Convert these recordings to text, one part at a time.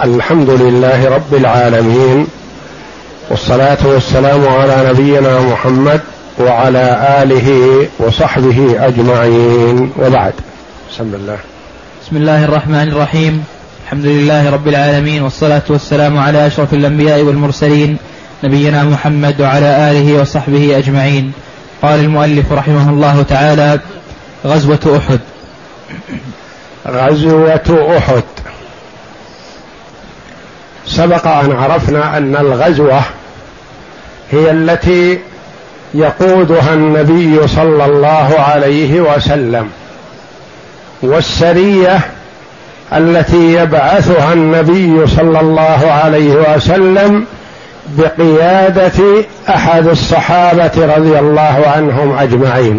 الحمد لله رب العالمين، والصلاة والسلام على نبينا محمد وعلى آله وصحبه أجمعين، وبعد. بسم الله الرحمن الرحيم. الحمد لله رب العالمين، والصلاة والسلام على أشرف الأنبياء والمرسلين نبينا محمد وعلى آله وصحبه أجمعين. قال المؤلف رحمه الله تعالى: غزوة أحد. غزوة أحد سبق أن عرفنا أن الغزوة هي التي يقودها النبي صلى الله عليه وسلم، والسرية التي يبعثها النبي صلى الله عليه وسلم بقيادة أحد الصحابة رضي الله عنهم أجمعين.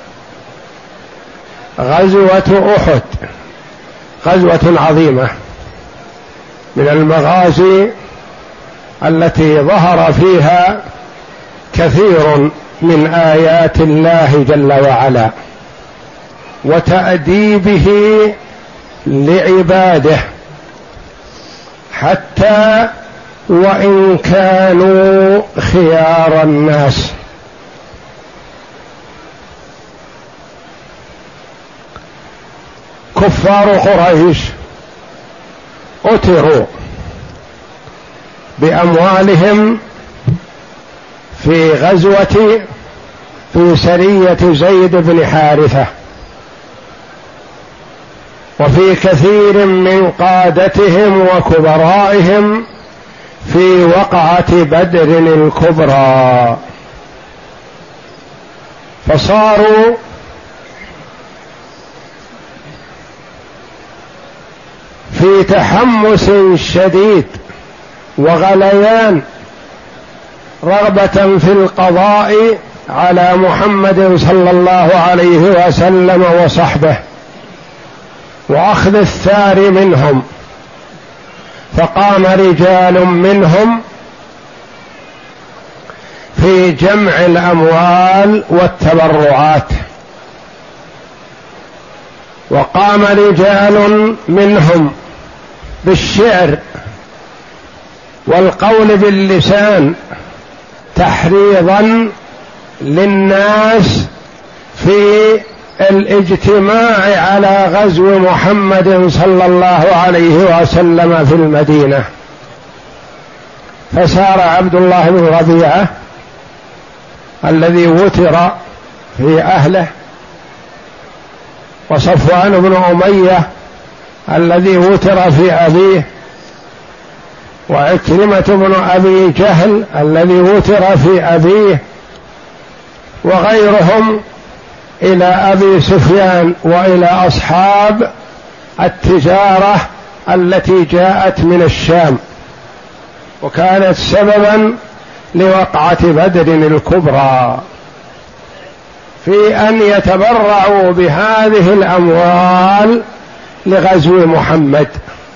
غزوة أحد غزوة عظيمة من المغازي التي ظهر فيها كثير من آيات الله جل وعلا وتأديبه لعباده، حتى وإن كانوا خيار الناس. كفار قريش أتروا بأموالهم في غزوة في سرية زيد بن حارثة، وفي كثير من قادتهم وكبرائهم في وقعة بدر الكبرى، فصاروا في تحمس شديد وغليان رغبة في القضاء على محمد صلى الله عليه وسلم وصحبه وأخذ الثار منهم. فقام رجال منهم في جمع الأموال والتبرعات، وقام رجال منهم بالشعر والقول باللسان تحريضا للناس في الاجتماع على غزو محمد صلى الله عليه وسلم في المدينة. فسار عبد الله بن ربيعة الذي وتر في أهله، وصفوان بن أمية الذي وتر في أبيه، وعكرمة بن أبي جهل الذي وتر في أبيه، وغيرهم إلى أبي سفيان وإلى أصحاب التجارة التي جاءت من الشام وكانت سببا لوقعة بدر الكبرى، في أن يتبرعوا بهذه الأموال لغزو محمد.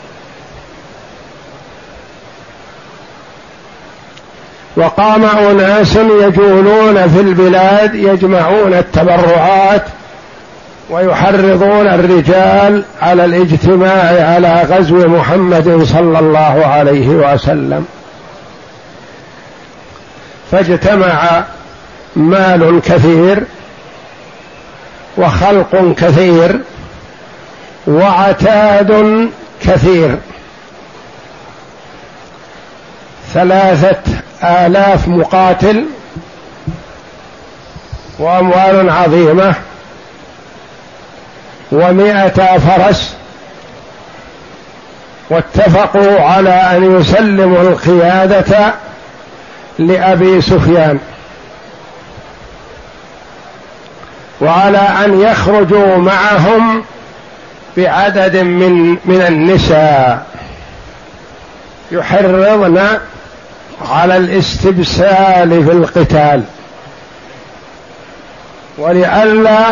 وقام أناس يجولون في البلاد يجمعون التبرعات ويحرضون الرجال على الاجتماع على غزو محمد صلى الله عليه وسلم. فاجتمع مال كثير وخلق كثير وعتاد كثير، 3000 مقاتل وأموال عظيمة و100 فرس، واتفقوا على أن يسلموا القيادة لأبي سفيان، وعلى أن يخرجوا معهم بعدد من النساء يحرضن على الاستبسال في القتال، ولئلا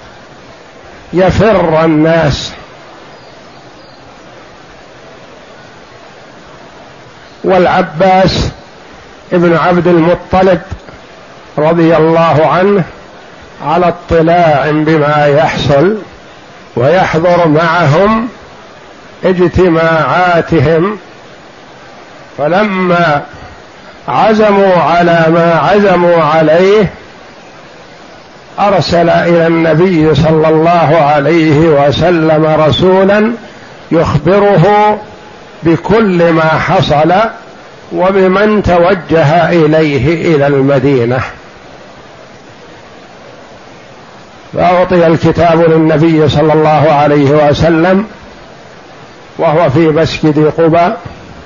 يفر الناس. والعباس ابن عبد المطلب رضي الله عنه على اطلاع بما يحصل ويحضر معهم اجتماعاتهم فلما عزموا على ما عزموا عليه أرسل إلى النبي صلى الله عليه وسلم رسولا يخبره بكل ما حصل وبمن توجه إليه إلى المدينة. فأعطي الكتاب للنبي صلى الله عليه وسلم وهو في مسجد قباء،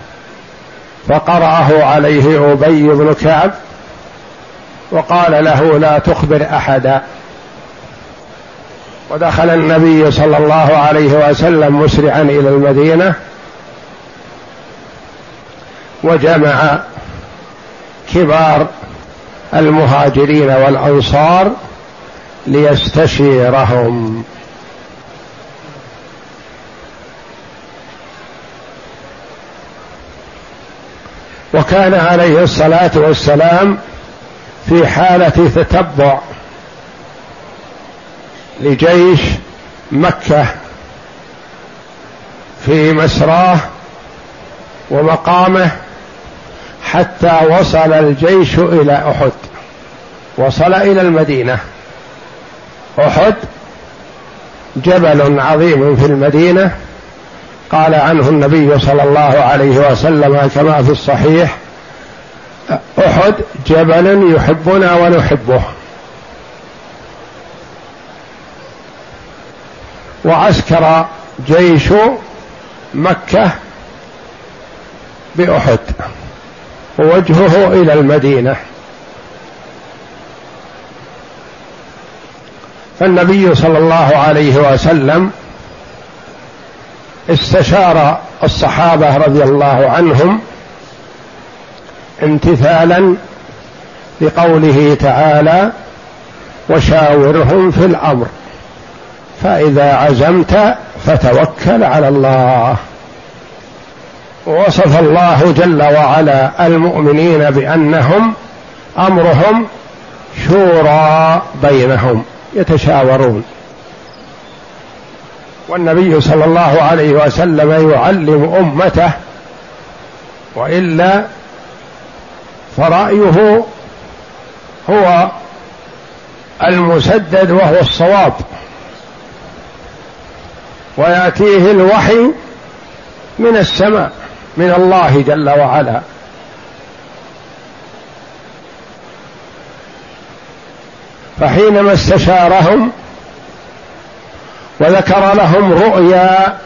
فقرأه عليه أبي بن كعب وقال له: لا تخبر أحدا. ودخل النبي صلى الله عليه وسلم مسرعا إلى المدينة وجمع كبار المهاجرين والأنصار ليستشيرهم. وكان عليه الصلاة والسلام في حالة تتبع لجيش مكة في مسراه ومقامه حتى وصل الجيش إلى أحد، وصل إلى المدينة. أحد جبل عظيم في المدينة، قال عنه النبي صلى الله عليه وسلم كما في الصحيح: أحد جبل يحبنا ونحبه. وعسكر جيش مكة بأحد ووجهه إلى المدينة. فالنبي صلى الله عليه وسلم استشار الصحابة رضي الله عنهم امتثالا لقوله تعالى: وشاورهم في الأمر فإذا عزمت فتوكل على الله. ووصف الله جل وعلا المؤمنين بأنهم أمرهم شورى بينهم، يتشاورون. والنبي صلى الله عليه وسلم يعلم أمته، وإلا فرأيه هو المسدد وهو الصواب، ويأتيه الوحي من السماء من الله جل وعلا. فحينما استشارهم وذكر لهم رؤيا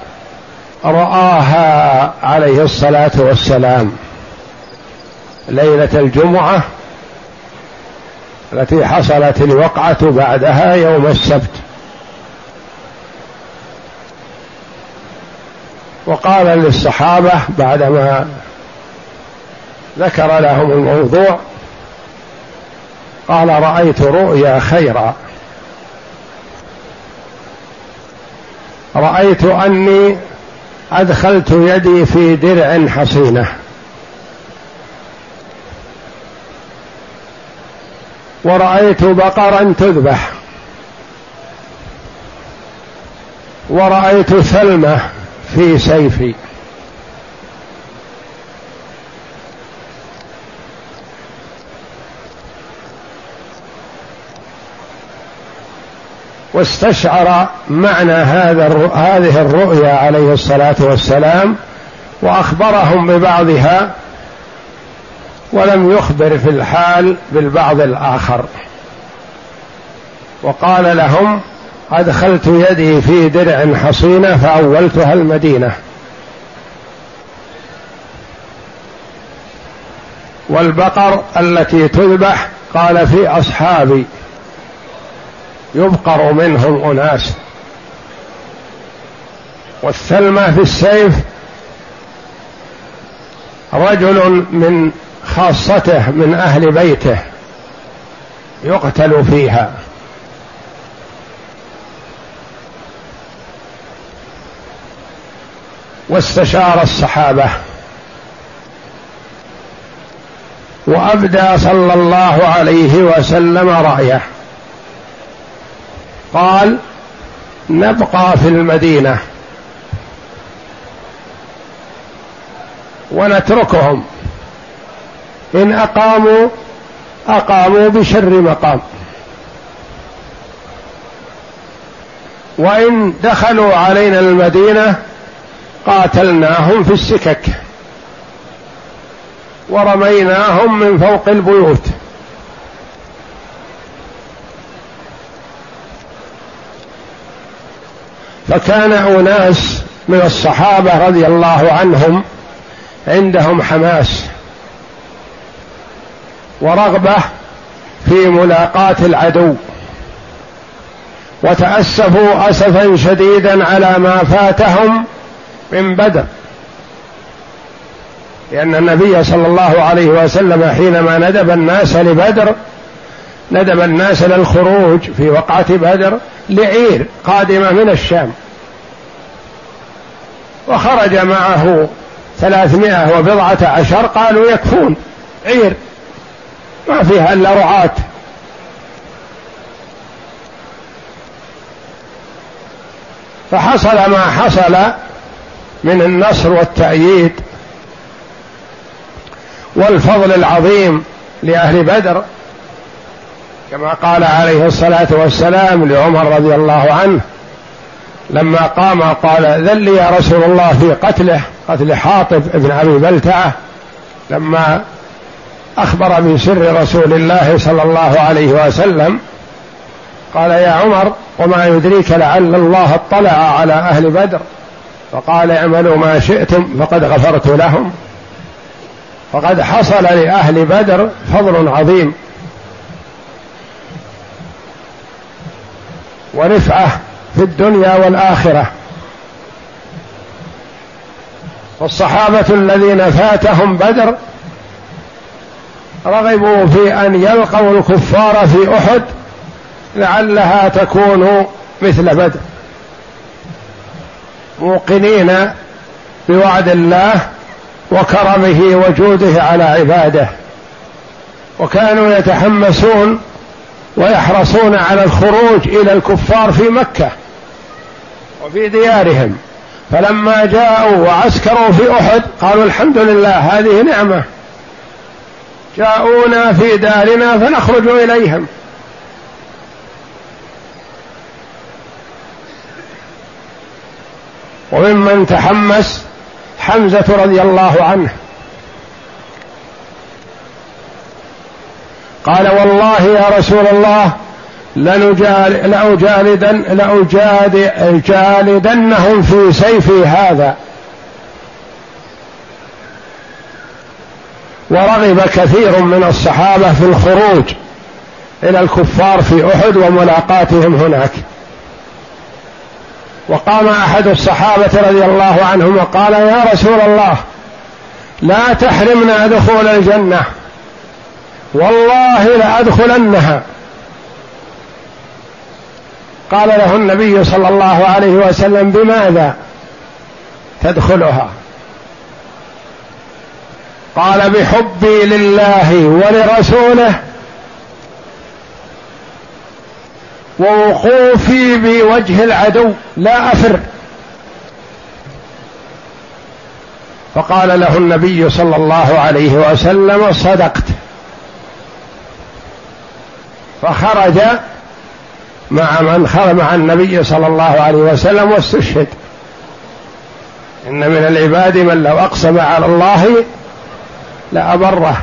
رآها عليه الصلاة والسلام ليلة الجمعة التي حصلت الوقعة بعدها يوم السبت، وقال للصحابة بعدما ذكر لهم الموضوع، قال: رأيت رؤيا خيرا، رأيت أني أدخلت يدي في درع حصينة، ورأيت بقرا تذبح، ورأيت ثلمة في سيفي، واستشعر معنى هذه الرؤيا عليه الصلاة والسلام، وأخبرهم ببعضها ولم يخبر في الحال بالبعض الآخر. وقال لهم: أدخلت يدي في درع حصينة فأولتها المدينة، والبقر التي تذبح قال: في أصحابي يبقر منهم أناس، والثلمة في السيف رجل من خاصته من أهل بيته يقتل فيها. واستشار الصحابة، وأبدى صلى الله عليه وسلم رأيه، قال: نبقى في المدينة ونتركهم، إن أقاموا بشر مقام، وإن دخلوا علينا المدينة قاتلناهم في السكك ورميناهم من فوق البيوت. فكان أناس من الصحابة رضي الله عنهم عندهم حماس ورغبة في ملاقاة العدو، وتأسفوا أسفا شديدا على ما فاتهم من بدر، لأن النبي صلى الله عليه وسلم حينما ندب الناس لبدر ندب الناس للخروج في وقعة بدر لعير قادمة من الشام، وخرج معه 310، قالوا يكفون، عير ما فيها إلا رعاة. فحصل ما حصل من النصر والتأييد والفضل العظيم لأهل بدر، كما قال عليه الصلاة والسلام لعمر رضي الله عنه لما قام قال: ذل يا رسول الله في قتل حاطب ابن أبي بلتعة، لما أخبر بسر رسول الله صلى الله عليه وسلم قال: يا عمر وما يدريك لعل الله اطلع على أهل بدر فقال: اعملوا ما شئتم فقد غفرت لهم. فقد حصل لأهل بدر فضل عظيم ورفعة في الدنيا والآخرة. والصحابة الذين فاتهم بدر رغبوا في أن يلقوا الكفار في أحد لعلها تكون مثل بدر، موقنين بوعد الله وكرمه وجوده على عباده، وكانوا يتحمسون ويحرصون على الخروج إلى الكفار في مكة وفي ديارهم. فلما جاءوا وعسكروا في أحد قالوا: الحمد لله، هذه نعمة، جاءونا في دارنا فنخرج إليهم. وممن تحمس حمزة رضي الله عنه، قال: والله يا رسول الله لأجالدنهم في سيفي هذا. ورغب كثير من الصحابة في الخروج إلى الكفار في أحد وملاقاتهم هناك. وقام أحد الصحابة رضي الله عنهم وقال: يا رسول الله لا تحرمنا دخول الجنة، والله لأدخلنها. قال له النبي صلى الله عليه وسلم: بماذا تدخلها؟ قال: بحبي لله ولرسوله ووقوفي بوجه العدو لا أفر. فقال له النبي صلى الله عليه وسلم: صدقت. فخرج مع النبي صلى الله عليه وسلم واستشهد. إن من العباد من لو أقسم على الله لأبره.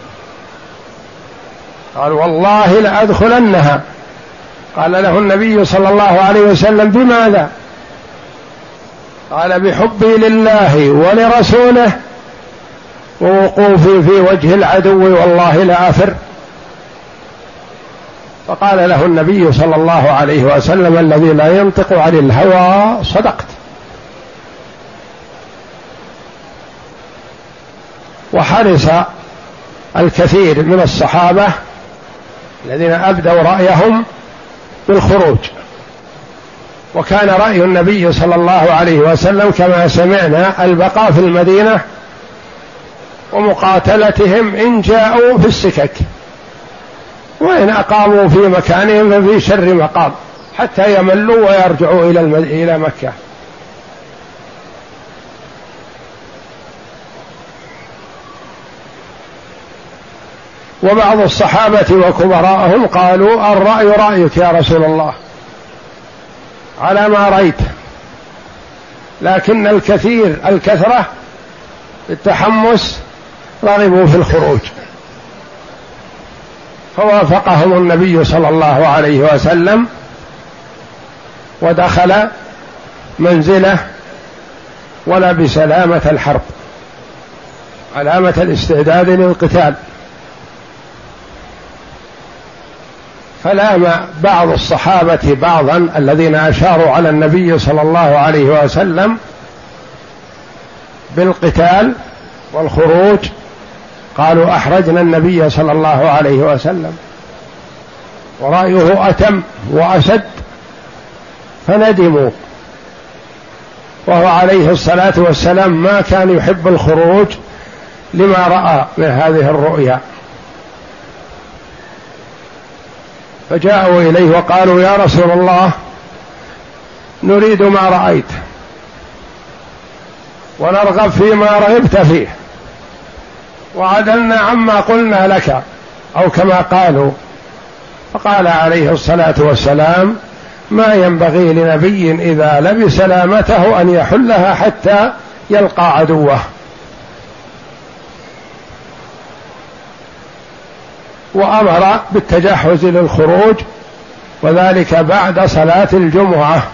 قال: والله لأدخلنها. قال له النبي صلى الله عليه وسلم: بماذا؟ قال: بحبي لله ولرسوله ووقوفي في وجه العدو والله لا أفر. فقال له النبي صلى الله عليه وسلم: الذي لا ينطق عن الهوى صدقت. وحرص الكثير من الصحابة الذين أبدوا رأيهم بالخروج، وكان رأي النبي صلى الله عليه وسلم كما سمعنا البقاء في المدينة ومقاتلتهم إن جاءوا في السكك، وإن أقاموا في مكانهم ففي شر مقام حتى يملوا ويرجعوا إلى مكة. وبعض الصحابة وكبراءهم قالوا الرأي رأيك يا رسول الله على ما رأيت، لكن الكثرة التحمس رغبوا في الخروج، فوافقهم النبي صلى الله عليه وسلم ودخل منزله ولبس لامة الحرب، علامة الاستعداد للقتال. فلام بعض الصحابة بعضا الذين أشاروا على النبي صلى الله عليه وسلم بالقتال والخروج، قالوا أحرجنا النبي صلى الله عليه وسلم، ورأيه أتم وأشد، فندموا. وهو عليه الصلاة والسلام ما كان يحب الخروج لما رأى من هذه الرؤيا، فجاءوا إليه وقالوا يا رسول الله نريد ما رأيت ونرغب فيما رغبت فيه، وعدلنا عما قلنا لك، أو كما قالوا. فقال عليه الصلاة والسلام ما ينبغي لنبي إذا لبس لامته أن يحلها حتى يلقى عدوه. وأمر بالتجهز للخروج، وذلك بعد صلاة الجمعة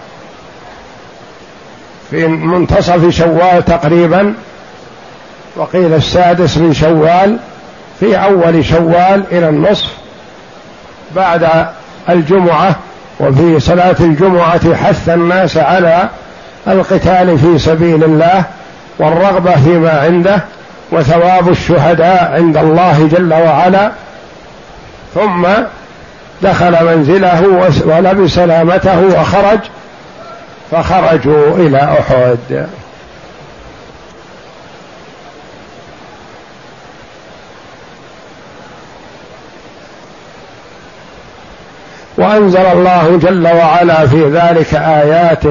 في منتصف شوال تقريبا، وقيل السادس من شوال، في أول شوال إلى النصف بعد الجمعة. وفي صلاة الجمعة حث الناس على القتال في سبيل الله والرغبة فيما عنده وثواب الشهداء عند الله جل وعلا. ثم دخل منزله ولبس لامته وخرج، فخرجوا إلى أحد. وأنزل الله جل وعلا في ذلك آيات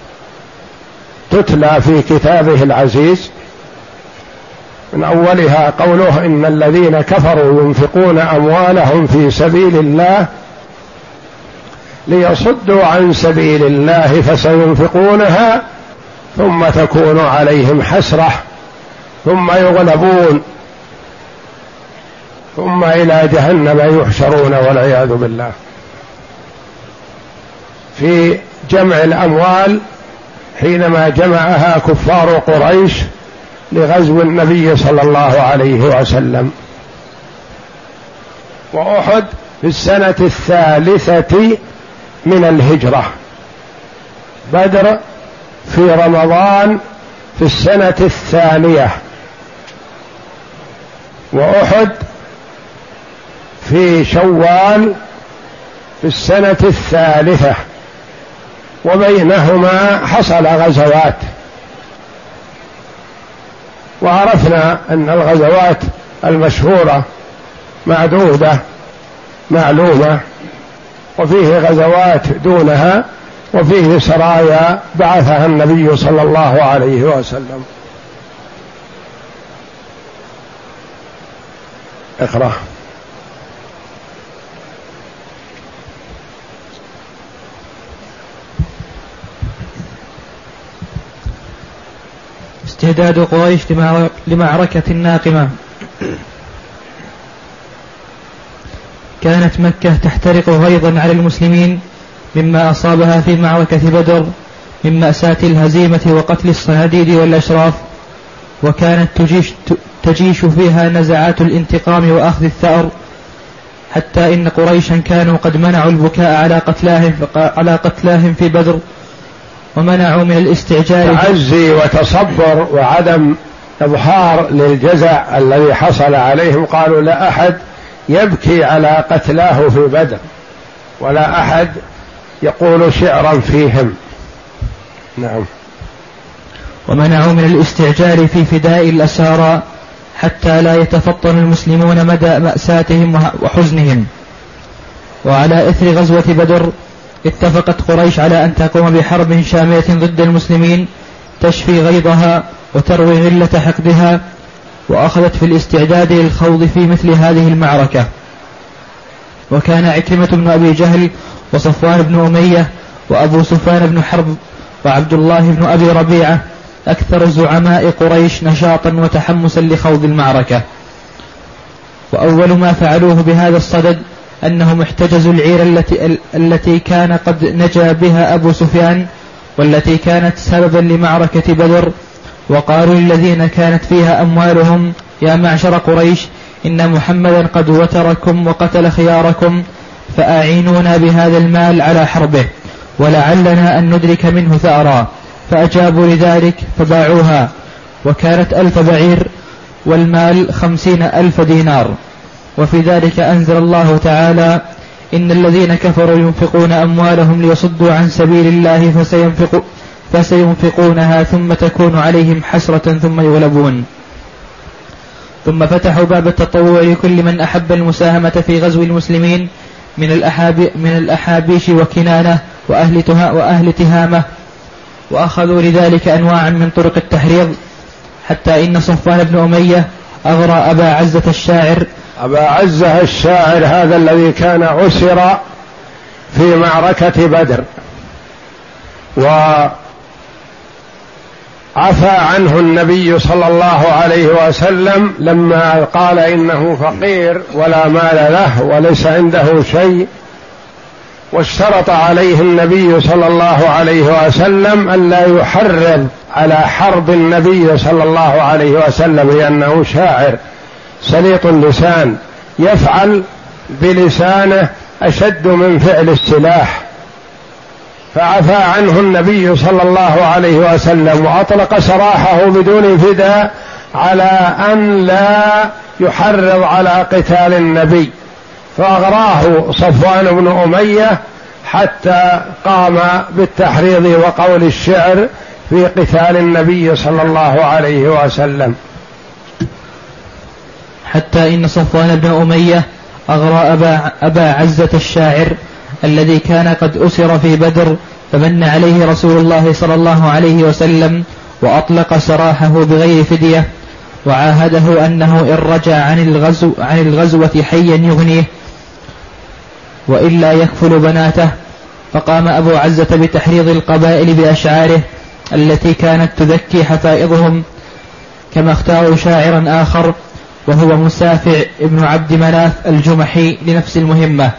تتلى في كتابه العزيز، من أولها قوله إن الذين كفروا ينفقون أموالهم في سبيل الله ليصدوا عن سبيل الله فسينفقونها ثم تكون عليهم حسرة ثم يغلبون ثم إلى جهنم يحشرون والعياذ بالله. في جمع الأموال حينما جمعها كفار قريش لغزو النبي صلى الله عليه وسلم. وأحد في السنة 3 من الهجرة، بدر في رمضان في السنة 2، وأحد في شوال في السنة 3، وبينهما حصل غزوات. وعرفنا أن الغزوات المشهورة معدودة معلومة، وفيه غزوات دونها، وفيه سرايا بعثها النبي صلى الله عليه وسلم. اقرأ. استعداد قريش لمعركة ناقمة. كانت مكة تحترق غيظا على المسلمين مما أصابها في معركة بدر من مأساة الهزيمة وقتل الصناديد والأشراف، وكانت تجيش فيها نزعات الانتقام وأخذ الثأر، حتى إن قريشا كانوا قد منعوا البكاء على قتلاهم في بدر، ومنعوا من الاستعجال تعزي وتصبر وعدم إظهار للجزع الذي حصل عليهم. قالوا لا أحد يبكي على قتلاه في بدر، ولا أحد يقول شعرا فيهم. نعم. ومنعوا من الاستعجال في فداء الأسارى حتى لا يتفطن المسلمون مدى مأساتهم وحزنهم. وعلى إثر غزوة بدر اتفقت قريش على أن تقوم بحرب شاملة ضد المسلمين تشفي غيظها وتروي غلة حقدها، وأخذت في الاستعداد للخوض في مثل هذه المعركة. وكان عكرمة بن أبي جهل وصفوان بن أمية وأبو سفيان بن حرب وعبد الله بن أبي ربيعة أكثر زعماء قريش نشاطا وتحمسا لخوض المعركة. وأول ما فعلوه بهذا الصدد أنهم احتجزوا العير التي كان قد نجا بها أبو سفيان والتي كانت سببا لمعركة بدر، وقالوا للذين كانت فيها أموالهم: يا معشر قريش، إن محمدا قد وتركم وقتل خياركم، فأعينونا بهذا المال على حربه، ولعلنا أن ندرك منه ثأرا. فأجابوا لذلك فباعوها، وكانت 1000 بعير، والمال 50,000 دينار. وفي ذلك أنزل الله تعالى: إن الذين كفروا ينفقون أموالهم ليصدوا عن سبيل الله فسينفقونها ثم تكون عليهم حسرة ثم يغلبون. ثم فتحوا باب التطوع لكل من أحب المساهمة في غزو المسلمين من الأحابيش وكنانة وأهل تهامة، وأخذوا لذلك أنواعا من طرق التحريض، حتى إن صفوان بن أمية أغرى أبا عزة الشاعر هذا الذي كان أسر في معركة بدر، وعفى عنه النبي صلى الله عليه وسلم لما قال إنه فقير ولا مال له وليس عنده شيء، واشترط عليه النبي صلى الله عليه وسلم ألا يحرض على حرب النبي صلى الله عليه وسلم، لأنه شاعر سليط اللسان يفعل بلسانه أشد من فعل السلاح، فعفى عنه النبي صلى الله عليه وسلم وأطلق سراحه بدون فداء على أن لا يحرض على قتال النبي، فأغراه صفوان بن أمية حتى قام بالتحريض وقول الشعر في قتال النبي صلى الله عليه وسلم. حتى إن صفوان بن أمية أغرى أبا عزة الشاعر الذي كان قد أسر في بدر، فمن عليه رسول الله صلى الله عليه وسلم وأطلق سراحه بغير فدية، وعاهده أنه إن رجع عن الغزوة حيا يغنيه وإلا يكفل بناته. فقام أبو عزة بتحريض القبائل بأشعاره التي كانت تذكي حفائظهم، كما اختاروا شاعرا آخر وهو مسافع ابن عبد مناف الجمحي لنفس المهمة.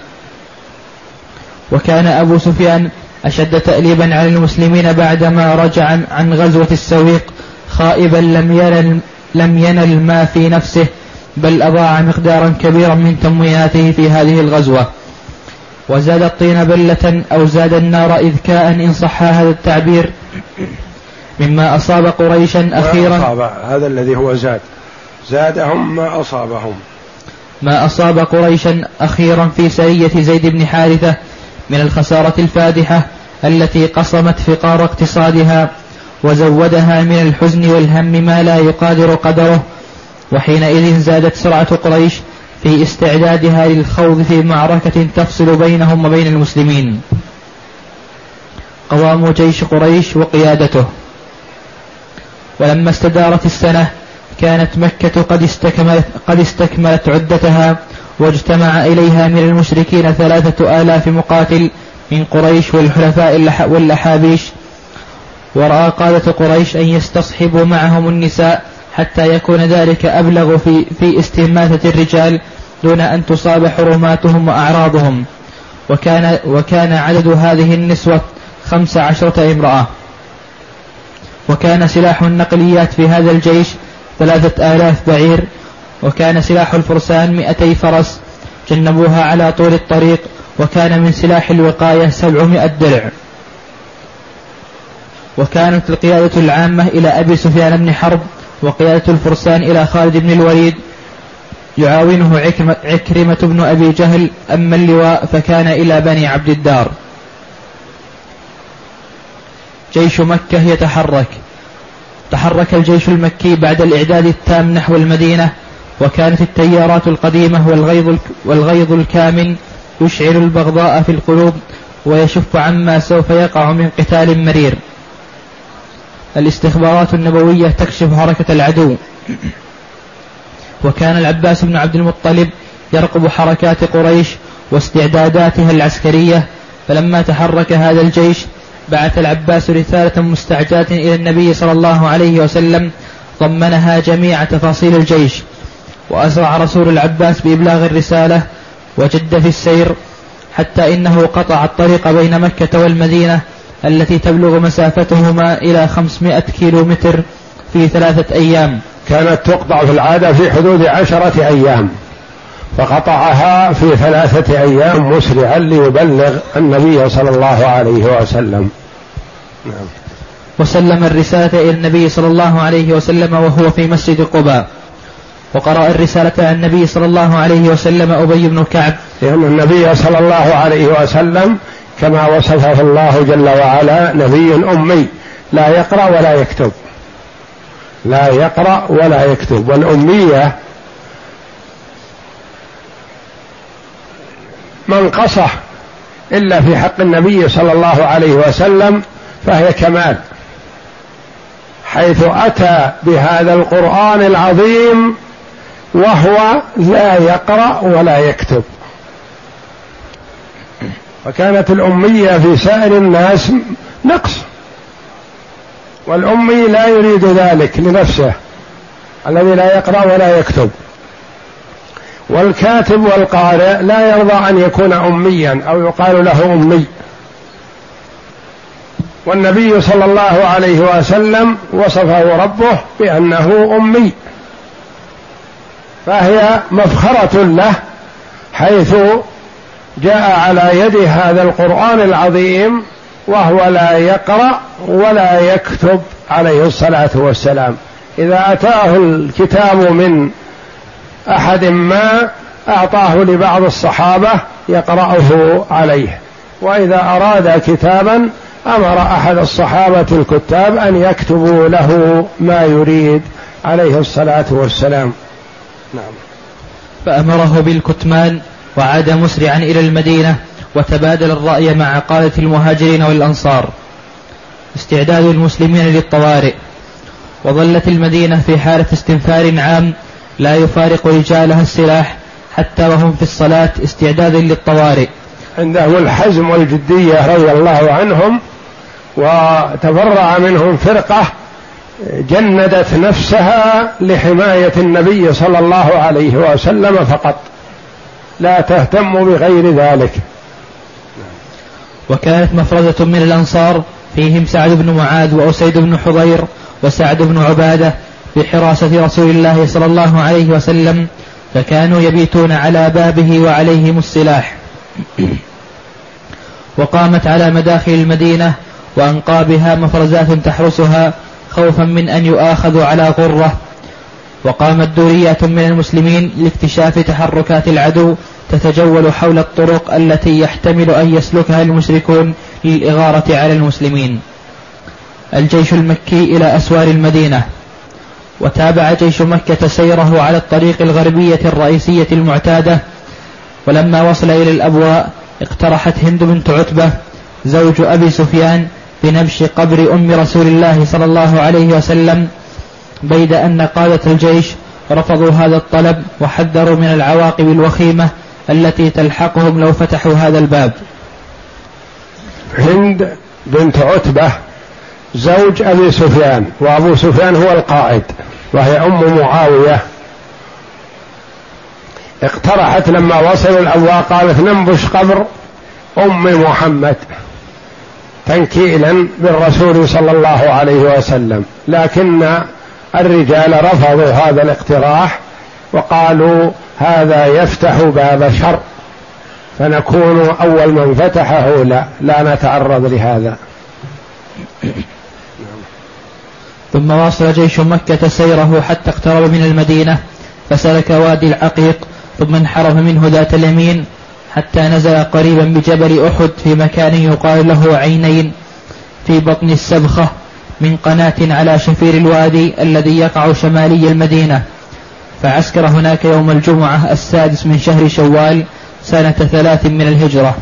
وكان أبو سفيان أشد تأليبا على المسلمين بعدما رجع عن غزوة السويق خائبا لم ينل ما في نفسه، بل أضاع مقدارا كبيرا من تمويناته في هذه الغزوة، وزاد الطين بلة أو زاد النار إذكاء إن صح هذا التعبير، مما أصاب قريشا أخيرا. هذا الذي هو زادهم ما أصاب قريشا أخيرا في سرية زيد بن حارثة من الخسارة الفادحة التي قصمت فقار اقتصادها وزودها من الحزن والهم ما لا يقادر قدره. وحينئذ زادت سرعة قريش في استعدادها للخوض في معركة تفصل بينهم وبين المسلمين. قوام جيش قريش وقيادته. ولما استدارت السنة كانت مكة قد استكملت عدتها، واجتمع إليها من المشركين 3000 مقاتل من قريش والحلفاء والأحابيش. ورأى قادة قريش أن يستصحبوا معهم النساء حتى يكون ذلك أبلغ في استماتة الرجال دون أن تصاب حرماتهم وأعراضهم. وكان عدد هذه النسوة 15 امرأة. وكان سلاح النقليات في هذا الجيش 3000 بعير، وكان سلاح الفرسان 200 فرس جنبوها على طول الطريق، وكان من سلاح الوقاية 700 درع. وكانت القيادة العامة إلى أبي سفيان بن حرب، وقيادة الفرسان إلى خالد بن الوليد، يعاونه عكرمة بن أبي جهل، أما اللواء فكان إلى بني عبد الدار. جيش مكة يتحرك. تحرك الجيش المكي بعد الإعداد التام نحو المدينة، وكانت التيارات القديمة والغيظ الكامن يشعل البغضاء في القلوب ويشف عما سوف يقع من قتال مرير. الاستخبارات النبوية تكشف حركة العدو، وكان العباس بن عبد المطلب يرقب حركات قريش واستعداداتها العسكرية. فلما تحرك هذا الجيش بعث العباس رسالة مستعجلة إلى النبي صلى الله عليه وسلم ضمنها جميع تفاصيل الجيش، وأسرع رسول العباس بإبلاغ الرسالة وجد في السير حتى إنه قطع الطريق بين مكة والمدينة التي تبلغ مسافتهما إلى 500 كيلومتر في 3 أيام. كانت تقطع في العادة في حدود 10 أيام، فقطعها في 3 أيام مسرعا ليبلغ النبي صلى الله عليه وسلم. نعم. وسلم الرسالة إلى النبي صلى الله عليه وسلم وهو في مسجد قباء، وقرأ الرسالة عن النبي صلى الله عليه وسلم أبي بن كعب، لأن النبي صلى الله عليه وسلم كما وصفه الله جل وعلا نبي أمي لا يقرأ ولا يكتب، لا يقرأ ولا يكتب. والأمية منقصة إلا في حق النبي صلى الله عليه وسلم فهي كمال، حيث أتى بهذا القرآن العظيم وهو لا يقرأ ولا يكتب. فكانت الأمية في سائر الناس نقص، والأمي لا يريد ذلك لنفسه الذي لا يقرأ ولا يكتب. والكاتب والقارئ لا يرضى أن يكون أميا أو يقال له أمي. والنبي صلى الله عليه وسلم وصفه ربه بأنه أمي، فهي مفخرة له حيث جاء على يد هذا القرآن العظيم وهو لا يقرأ ولا يكتب عليه الصلاة والسلام. إذا أتاه الكتاب من أحد ما أعطاه لبعض الصحابة يقرأه عليه، وإذا أراد كتابا أمر أحد الصحابة الكتاب أن يكتبوا له ما يريد عليه الصلاة والسلام. نعم. فأمره بالكتمان وعاد مسرعا إلى المدينة وتبادل الرأي مع قادة المهاجرين والأنصار. استعداد المسلمين للطوارئ. وظلت المدينة في حالة استنفار عام لا يفارق رجالها السلاح حتى وهم في الصلاة استعدادا للطوارئ. عندهم الحزم والجدية رضي الله عنهم، وتفرع منهم فرقة جندت نفسها لحماية النبي صلى الله عليه وسلم فقط، لا تهتم بغير ذلك. وكانت مفرزة من الأنصار فيهم سعد بن معاذ وأسيد بن حضير وسعد بن عبادة بحراسة رسول الله صلى الله عليه وسلم، فكانوا يبيتون على بابه وعليهم السلاح. وقامت على مداخل المدينة وأنقابها مفرزات تحرسها خوفا من أن يؤاخذوا على غرة. وقامت دورية من المسلمين لاكتشاف تحركات العدو تتجول حول الطرق التي يحتمل أن يسلكها المشركون للإغارة على المسلمين. الجيش المكي إلى أسوار المدينة. وتابع جيش مكة سيره على الطريق الغربية الرئيسية المعتادة، ولما وصل إلى الأبواء اقترحت هند بنت عتبة زوج أبي سفيان بنبش قبر أم رسول الله صلى الله عليه وسلم، بيد أن قادة الجيش رفضوا هذا الطلب وحذروا من العواقب الوخيمة التي تلحقهم لو فتحوا هذا الباب. هند بنت عتبة زوج أبي سفيان، وأبو سفيان هو القائد، وهي أم معاوية. اقترحت لما وصلوا الأبواء قالت ننبش قبر أم محمد تنكيلا بالرسول صلى الله عليه وسلم، لكن الرجال رفضوا هذا الاقتراح وقالوا هذا يفتح باب شر، فنكون أول من فتحه لا نتعرض لهذا. ثم واصل جيش مكة سيره حتى اقترب من المدينة، فسلك وادي العقيق، ثم انحرف منه ذات اليمين حتى نزل قريبا بجبل أحد في مكان يقال له عينين في بطن السبخة من قناة على شفير الوادي الذي يقع شمالي المدينة. فعسكر هناك يوم الجمعة 6 من شهر شوال سنة 3 من الهجرة.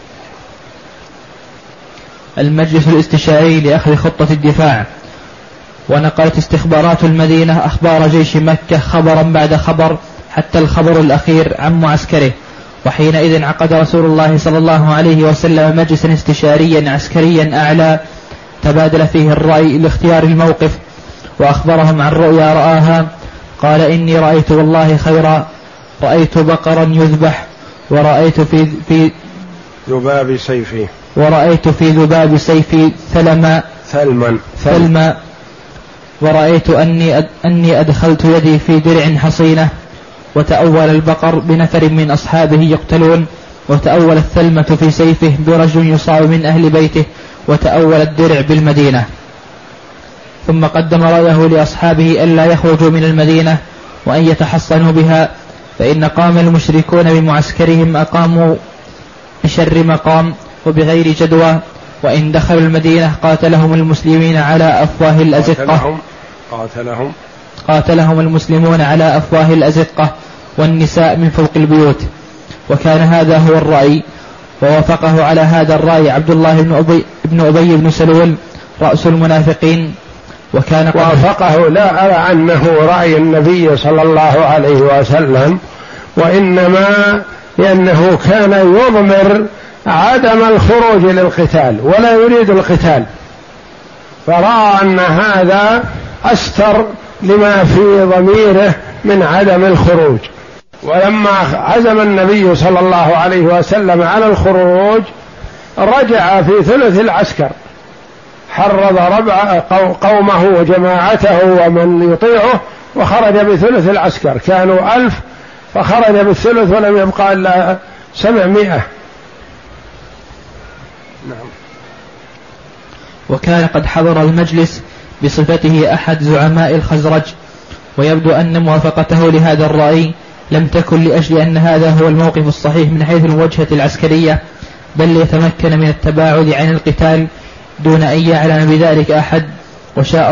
المجلس الاستشاري لأخذ خطة الدفاع. ونقلت استخبارات المدينة أخبار جيش مكة خبرا بعد خبر حتى الخبر الأخير عن معسكره، وحينئذ عقد رسول الله صلى الله عليه وسلم مجلسا استشاريا عسكريا أعلى تبادل فيه الرأي لاختيار الموقف، وأخبرهم عن رؤيا رآها. قال: إني رأيت والله خيرا، رأيت بقرا يذبح، ورأيت في ذباب سيفي ثلما، ورأيت أني أدخلت يدي في درع حصينة، وتأول البقر بنفر من أصحابه يقتلون، وتأول الثلمة في سيفه برجل يصاب من أهل بيته، وتأول الدرع بالمدينة. ثم قدم رأيه لأصحابه ألا يخرجوا من المدينة وأن يتحصنوا بها، فإن قام المشركون بمعسكرهم أقاموا بشر مقام وبغير جدوى، وإن دخلوا المدينة قاتلهم المسلمين على أفواه الأزقة قاتلهم المسلمون على أفواه الأزقة والنساء من فوق البيوت. وكان هذا هو الرأي، ووافقه على هذا الرأي عبد الله بن أبي بن سلول رأس المنافقين. وكان وافقه، لا أرى أنه رأي النبي صلى الله عليه وسلم، وإنما لأنه كان يضمر عدم الخروج للقتال ولا يريد القتال، فرأى أن هذا أستر لما في ضميره من عدم الخروج. ولما عزم النبي صلى الله عليه وسلم على الخروج رجع في ثلث العسكر، حرض قومه وجماعته ومن يطيعه، وخرج بثلث العسكر، كانوا 1000 فخرج بالثلث ولم يبقى إلا 700. نعم. وكان قد حضر المجلس بصفته أحد زعماء الخزرج، ويبدو أن موافقته لهذا الرأي لم تكن لأجل أن هذا هو الموقف الصحيح من حيث الوجهة العسكرية، بل ليتمكن من التباعد عن القتال دون أن يعلم بذلك أحد، وشاء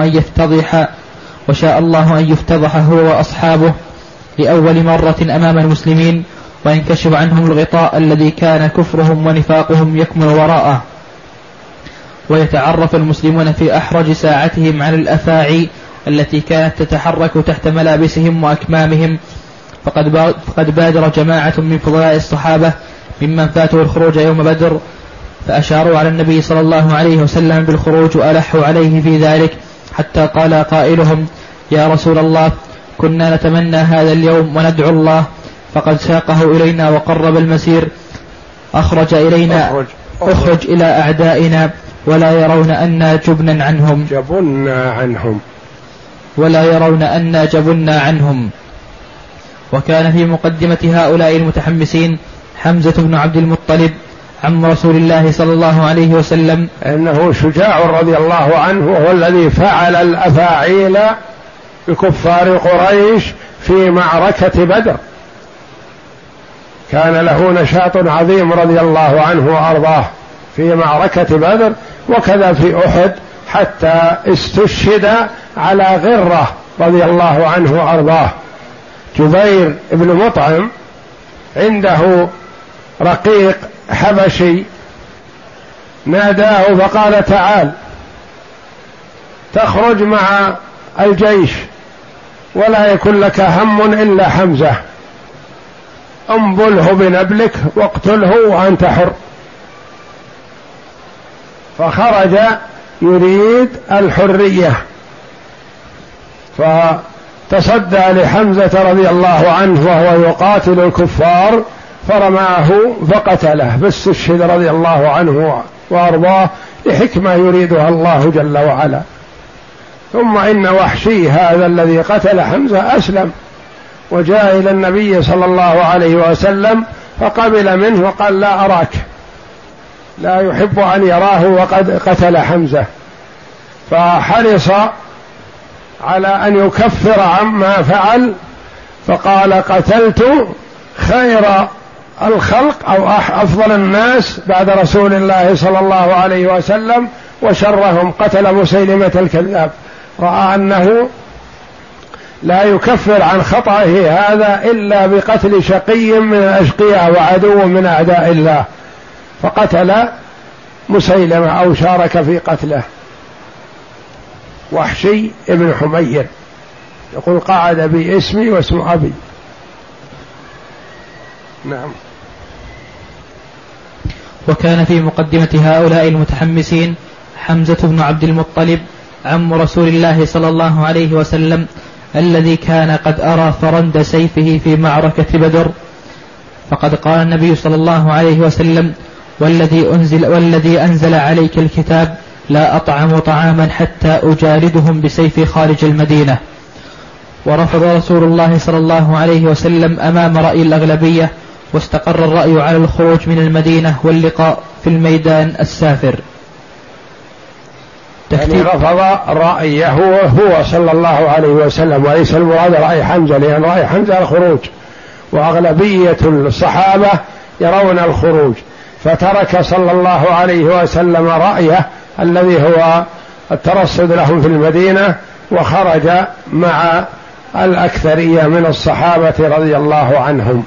الله أن يفتضح هو وأصحابه لأول مرة أمام المسلمين، وينكشف عنهم الغطاء الذي كان كفرهم ونفاقهم يكمن وراءه، ويتعرف المسلمون في أحرج ساعتهم على الأفاعي التي كانت تتحرك تحت ملابسهم وأكمامهم. فقد بادر جماعة من فضلاء الصحابة ممن فاتوا الخروج يوم بدر، فأشاروا على النبي صلى الله عليه وسلم بالخروج وألحوا عليه في ذلك، حتى قال قائلهم: يا رسول الله، كنا نتمنى هذا اليوم وندعو الله، فقد ساقه إلينا وقرب المسير، أخرج إلى أعدائنا ولا يرون أن جبنا عنهم. وكان في مقدمة هؤلاء المتحمسين حمزة بن عبد المطلب عم رسول الله صلى الله عليه وسلم، إنه شجاع رضي الله عنه، وهو الذي فعل الأفاعيل بكفار قريش في معركة بدر، كان له نشاط عظيم رضي الله عنه وأرضاه في معركة بدر، وكذا في أحد، حتى استشهد على غرة رضي الله عنه وأرضاه. جبير بن مطعم عنده رقيق حبشي ناداه فقال: تعال تخرج مع الجيش ولا يكن لك هم إلا حمزة، انبله بنبلك واقتله وأنت حر. فخرج يريد الحرية، فتصدى لحمزة رضي الله عنه وهو يقاتل الكفار، فرماه فقتله، فاستشهد رضي الله عنه وأرضاه لحكمة يريدها الله جل وعلا. ثم إن وحشي هذا الذي قتل حمزة أسلم وجاء إلى النبي صلى الله عليه وسلم، فقبل منه وقال: لا أراك، لا يحب أن يراه وقد قتل حمزة، فحرص على أن يكفر عما فعل، فقال: قتلت خير الخلق أو أفضل الناس بعد رسول الله صلى الله عليه وسلم وشرهم، قتل مسيلمة الكذاب. رأى أنه لا يكفر عن خطأه هذا إلا بقتل شقي من الأشقياء وعدو من أعداء الله، فقتل مسيلمة أو شارك في قتله. وحشي ابن حمير يقول: قعد باسمي واسم أبي. نعم. وكان في مقدمة هؤلاء المتحمسين حمزة بن عبد المطلب عم رسول الله صلى الله عليه وسلم الذي كان قد أرى فرند سيفه في معركة بدر، فقد قال النبي صلى الله عليه وسلم: والذي أنزل عليك الكتاب لا أطعم طعاما حتى أجالدهم بسيفي خارج المدينة. ورفض رسول الله صلى الله عليه وسلم أمام رأي الأغلبية، واستقر الرأي على الخروج من المدينة واللقاء في الميدان السافر. يعني رفض رأيه هو صلى الله عليه وسلم، وليس المراد رأي حمزة، لأن رأي حمزة الخروج، وأغلبية الصحابة يرون الخروج، فترك صلى الله عليه وسلم رأيه الذي هو الترصد لهم في المدينة، وخرج مع الأكثرية من الصحابة رضي الله عنهم.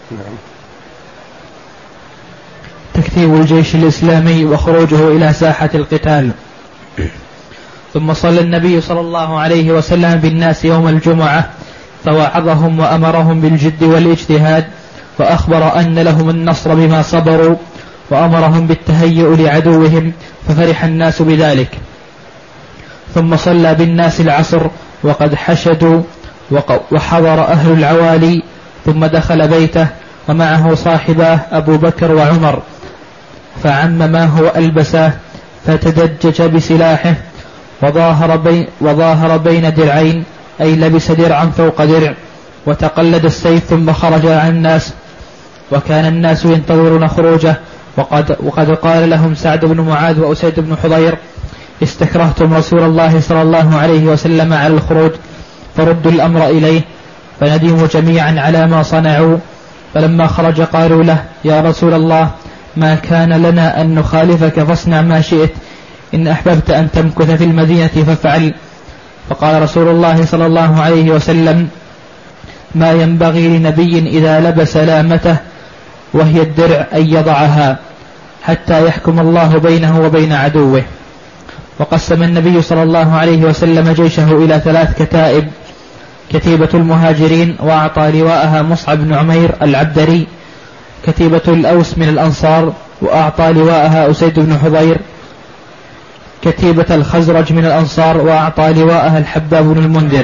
تكتيب الجيش الإسلامي وخروجه إلى ساحة القتال. ثم صلى النبي صلى الله عليه وسلم بالناس يوم الجمعة، فوعظهم وأمرهم بالجد والاجتهاد، وأخبر أن لهم النصر بما صبروا، وأمرهم بالتهيؤ لعدوهم، ففرح الناس بذلك. ثم صلى بالناس العصر وقد حشدوا، وحضر أهل العوالي، ثم دخل بيته ومعه صاحباه أبو بكر وعمر، فعم ما هو ألبساه، فتدجج بسلاحه، وظاهر بين درعين، أي لبس درعا فوق درع، وتقلد السيف، ثم خرج عن الناس، وكان الناس ينتظرون خروجه. وقد قال لهم سعد بن معاذ وأسيد بن حضير: استكرهتم رسول الله صلى الله عليه وسلم على الخروج، فردوا الأمر إليه. فندموا جميعا على ما صنعوا، فلما خرج قالوا له: يا رسول الله، ما كان لنا أن نخالفك، فاصنع ما شئت، إن أحببت أن تمكث في المدينة فافعل. فقال رسول الله صلى الله عليه وسلم: ما ينبغي لنبي إذا لبس لامته وهي الدرع أن يضعها حتى يحكم الله بينه وبين عدوه. وقسم النبي صلى الله عليه وسلم جيشه إلى 3 كتائب: كتيبة المهاجرين وأعطى لواءها مصعب بن عمير العبدري، كتيبة الأوس من الأنصار وأعطى لواءها أسيد بن حضير، كتيبة الخزرج من الأنصار وأعطى لواءها الحباب بن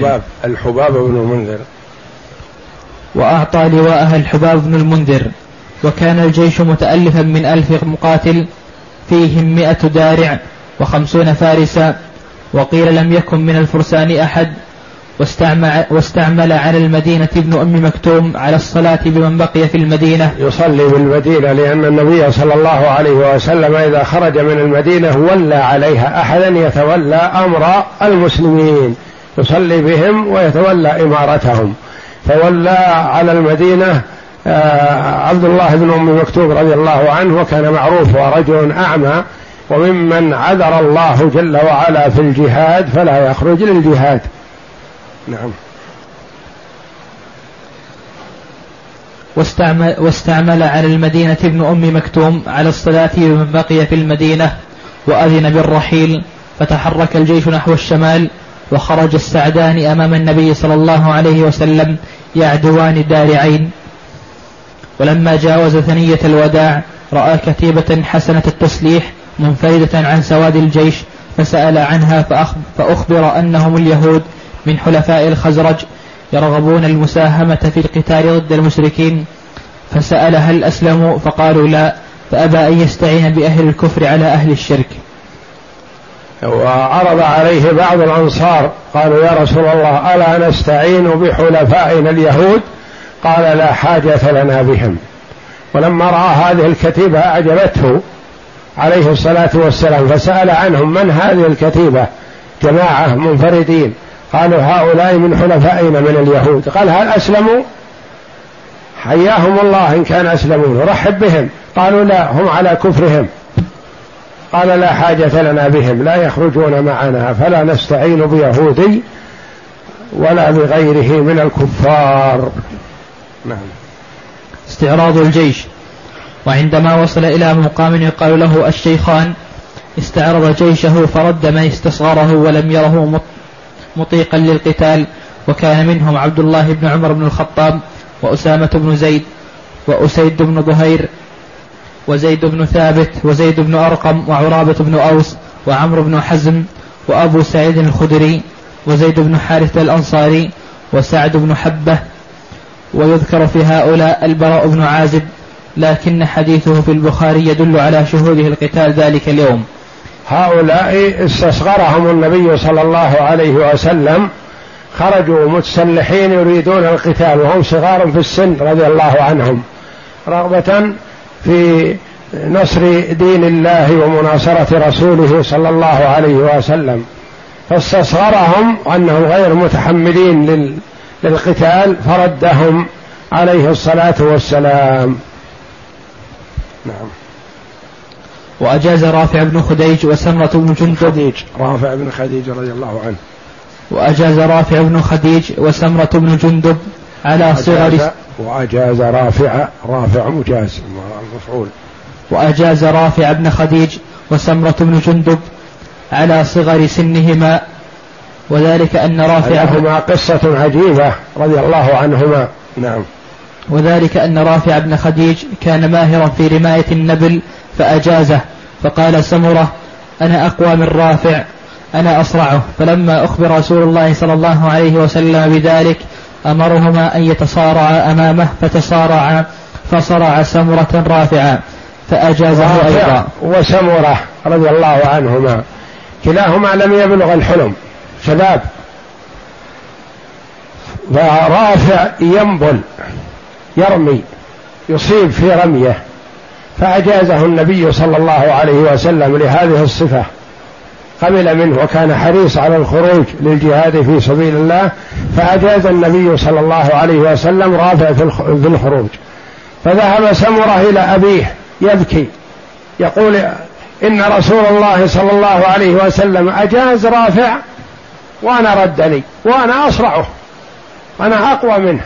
المنذر. وكان الجيش متألفا من 1000 مقاتل، فيهم 100 دارع و50 فارسا، وقيل لم يكن من الفرسان أحد. واستعمل على المدينة ابن أم مكتوم على الصلاة بمن بقي في المدينة، يصلي بالمدينة، لأن النبي صلى الله عليه وسلم إذا خرج من المدينة ولى عليها أحدا يتولى أمر المسلمين، يصلي بهم ويتولى إمارتهم. فولى على المدينة عبد الله بن أم مكتوم رضي الله عنه، وكان معروف ورجل أعمى، وممن عذر الله جل وعلا في الجهاد فلا يخرج للجهاد. نعم. واستعمل على المدينة ابن أم مكتوم على الصلاة بمن بقي في المدينة، وأذن بالرحيل، فتحرك الجيش نحو الشمال، وخرج السعدان أمام النبي صلى الله عليه وسلم يعدوان دارعين. ولما جاوز ثنية الوداع رأى كتيبة حسنة التسليح منفردة عن سواد الجيش، فسأل عنها، فأخبر أنهم اليهود من حلفاء الخزرج يرغبون المساهمة في القتال ضد المشركين، فسأل هل أسلموا، فقالوا لا، فأبى أن يستعين بأهل الكفر على أهل الشرك. وعرض عليه بعض الأنصار قالوا: يا رسول الله، ألا نستعين بحلفائنا اليهود؟ قال: لا حاجة لنا بهم. ولما رأى هذه الكتيبة أعجبته عليه الصلاة والسلام، فسأل عنهم: من هذه الكتيبة؟ جماعة منفردين. قالوا: هؤلاء من حلفائنا من اليهود. قال: هل أسلموا؟ حياهم الله إن كان أسلموا، رحب بهم. قالوا: لا، هم على كفرهم. قال: لا حاجة لنا بهم، لا يخرجون معنا، فلا نستعين بيهودي ولا بغيره من الكفار. نعم. استعراض الجيش. وعندما وصل إلى مقام يقال له الشيخان، استعرض جيشه فرد من استصغره ولم يره مطيقا للقتال، وكان منهم عبد الله بن عمر بن الخطاب وأسامة بن زيد، وأسيد بن ظهير وزيد بن ثابت وزيد بن أرقم وعرابة بن أوس وعمرو بن حزم وأبو سعيد الخدري وزيد بن حارثة الأنصاري وسعد بن حبة. ويذكر في هؤلاء البراء بن عازب، لكن حديثه في البخاري يدل على شهوده القتال ذلك اليوم. هؤلاء استصغرهم النبي صلى الله عليه وسلم، خرجوا متسلحين يريدون القتال وهم صغار في السن رضي الله عنهم، رغبة في نصر دين الله ومناصرة رسوله صلى الله عليه وسلم، فاستصغرهم أنهم غير متحملين للقتال فردهم عليه الصلاة والسلام. نعم. وأجاز رافع بن خديج وسمرة بن جندب. رافع بن خديج رضي الله عنه. وأجاز رافع بن خديج وسمرة بن جندب على صغر. وأجاز رافع مجاز المفعول. وأجاز رافع بن خديج وسمرة بن جندب على صغر سنهما، وذلك أن رافع لهما قصة عجيبة رضي الله عنهما. نعم. وذلك أن رافع بن خديج كان ماهرا في رماية النبل فأجازه، فقال سمرة: أنا أقوى من رافع، أنا أصرعه. فلما أخبر رسول الله صلى الله عليه وسلم بذلك أمرهما أن يتصارعا أمامه فتصارعا، فصرع سمرة رافعا فأجازه أيضا. وسمرة رضي الله عنهما كلاهما لم يبلغ الحلم، شباب، فرافع ينبل يرمي يصيب في رميه، فأجازه النبي صلى الله عليه وسلم لهذه الصفة، قبل منه وكان حريص على الخروج للجهاد في سبيل الله، فأجاز النبي صلى الله عليه وسلم رافع في الخروج. فذهب سمرة إلى أبيه يبكي يقول: إن رسول الله صلى الله عليه وسلم أجاز رافع وأنا ردني وأنا أصرعه، أنا أقوى منه.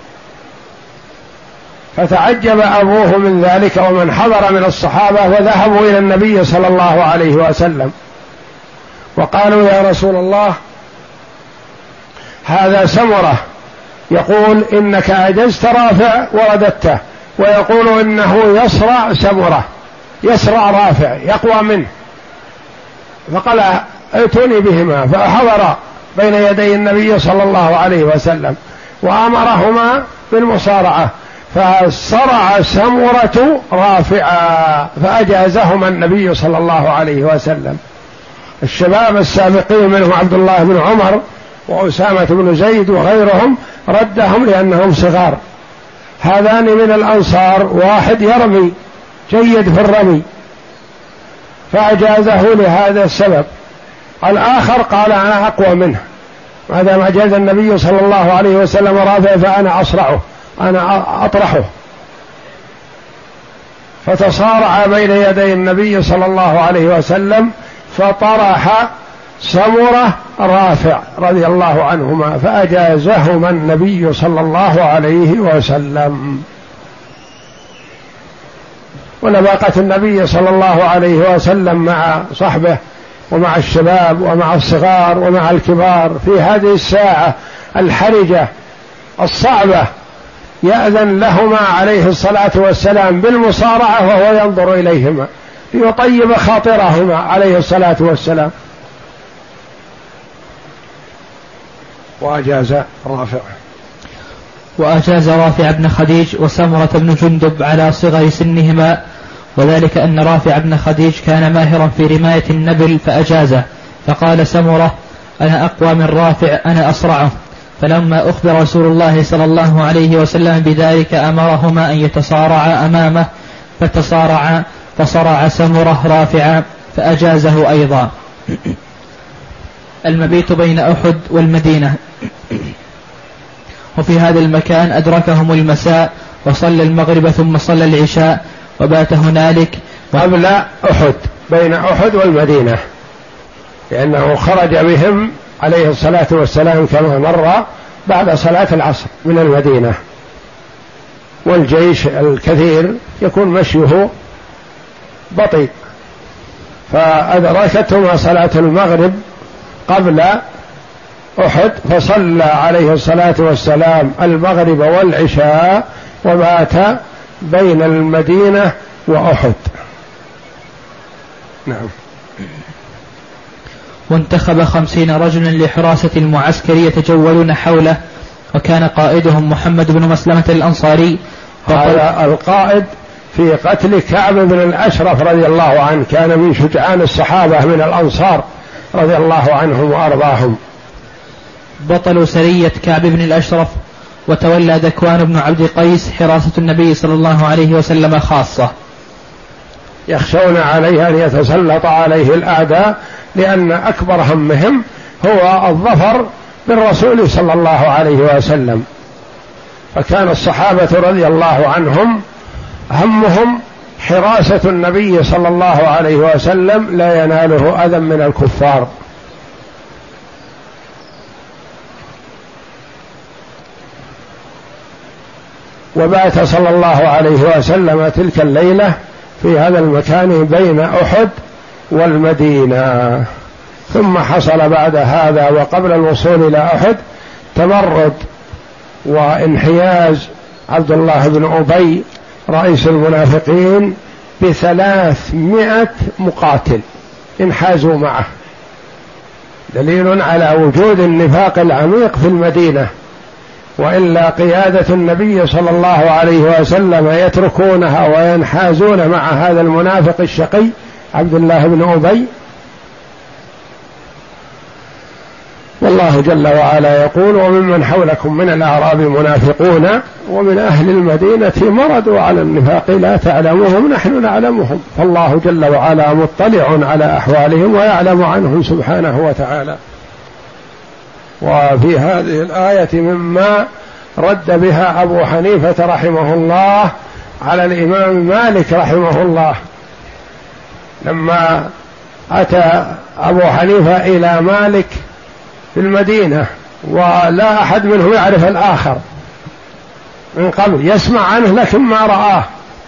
فتعجب أبوه من ذلك ومن حضر من الصحابة، وذهبوا إلى النبي صلى الله عليه وسلم وقالوا: يا رسول الله، هذا سمرة يقول إنك أجزت رافع ورددته، ويقول إنه يصرع سمرة، يصرع رافع يقوى منه. فقال: ائتوني بهما. فحضر بين يدي النبي صلى الله عليه وسلم وأمرهما بالمصارعة، فصرع سمرة رافعا فأجازهما النبي صلى الله عليه وسلم. الشباب السابقين منهم عبد الله بن عمر وأسامة بن زيد وغيرهم ردهم لأنهم صغار. هذان من الأنصار، واحد يرمي جيد في الرمي فأجازه لهذا السبب، الآخر قال: أنا أقوى منه، ما دام أجاز النبي صلى الله عليه وسلم رافع فأنا أصرعه، أنا أطرحه. فتصارع بين يدي النبي صلى الله عليه وسلم، فطرح سمرة رافع رضي الله عنهما فأجازهما النبي صلى الله عليه وسلم. ولباقة النبي صلى الله عليه وسلم مع صحبه ومع الشباب ومع الصغار ومع الكبار في هذه الساعة الحرجة الصعبة، يأذن لهما عليه الصلاة والسلام بالمصارعة وهو ينظر إليهما ليطيب خاطرهما عليه الصلاة والسلام. وأجاز رافع بن خديج وسمرة بن جندب على صغر سنهما، وذلك أن رافع بن خديج كان ماهرا في رماية النبل فأجازه، فقال سمرة: أنا أقوى من رافع، أنا أصرعه. فلما أخبر رسول الله صلى الله عليه وسلم بذلك أمرهما أن يتصارعا أمامه فتصارعا، فصرع سمرة رافعا فأجازه أيضا. المبيت بين أحد والمدينة. وفي هذا المكان أدركهم المساء وصلى المغرب ثم صلى العشاء وبات هنالك قبل أحد، بين أحد والمدينة، لأنه خرج بهم عليه الصلاة والسلام كما مر بعد صلاة العصر من المدينة، والجيش الكثير يكون مشيه بطيء، فأدركتهما صلاة المغرب قبل أحد، فصلى عليه الصلاة والسلام المغرب والعشاء وبات بين المدينة وأحد. نعم. وانتخب 50 رجلا لحراسة المعسكر يتجولون حوله، وكان قائدهم محمد بن مسلمة الأنصاري. هذا القائد في قتل كعب بن الأشرف رضي الله عنه، كان من شجعان الصحابة من الأنصار رضي الله عنهم وأرضاهم. بطل سرية كعب بن الأشرف. وتولى ذكوان بن عبد قيس حراسة النبي صلى الله عليه وسلم خاصة، يخشون عليه أن يتسلط عليه الأعداء، لأن أكبر همهم هو الظفر بالرسول صلى الله عليه وسلم. فكان الصحابة رضي الله عنهم همهم حراسة النبي صلى الله عليه وسلم لا يناله أذى من الكفار. وبات صلى الله عليه وسلم تلك الليلة في هذا المكان بين أحد والمدينة. ثم حصل بعد هذا وقبل الوصول إلى أحد تمرد وانحياز عبد الله بن أبي رئيس المنافقين ب300 مقاتل انحازوا معه، دليل على وجود النفاق العميق في المدينة. وإلا قيادة النبي صلى الله عليه وسلم يتركونها وينحازون مع هذا المنافق الشقي عبد الله بن أبي؟ والله جل وعلا يقول: وممن حولكم من الأعراب منافقون ومن أهل المدينة مردوا على النفاق لا تعلمهم نحن نعلمهم. فالله جل وعلا مطلع على أحوالهم ويعلم عنهم سبحانه وتعالى. وفي هذه الآية مما رد بها أبو حنيفة رحمه الله على الإمام مالك رحمه الله، لما أتى أبو حنيفة إلى مالك في المدينة ولا أحد منهم يعرف الآخر من قبل، يسمع عنه لكن ما رآه،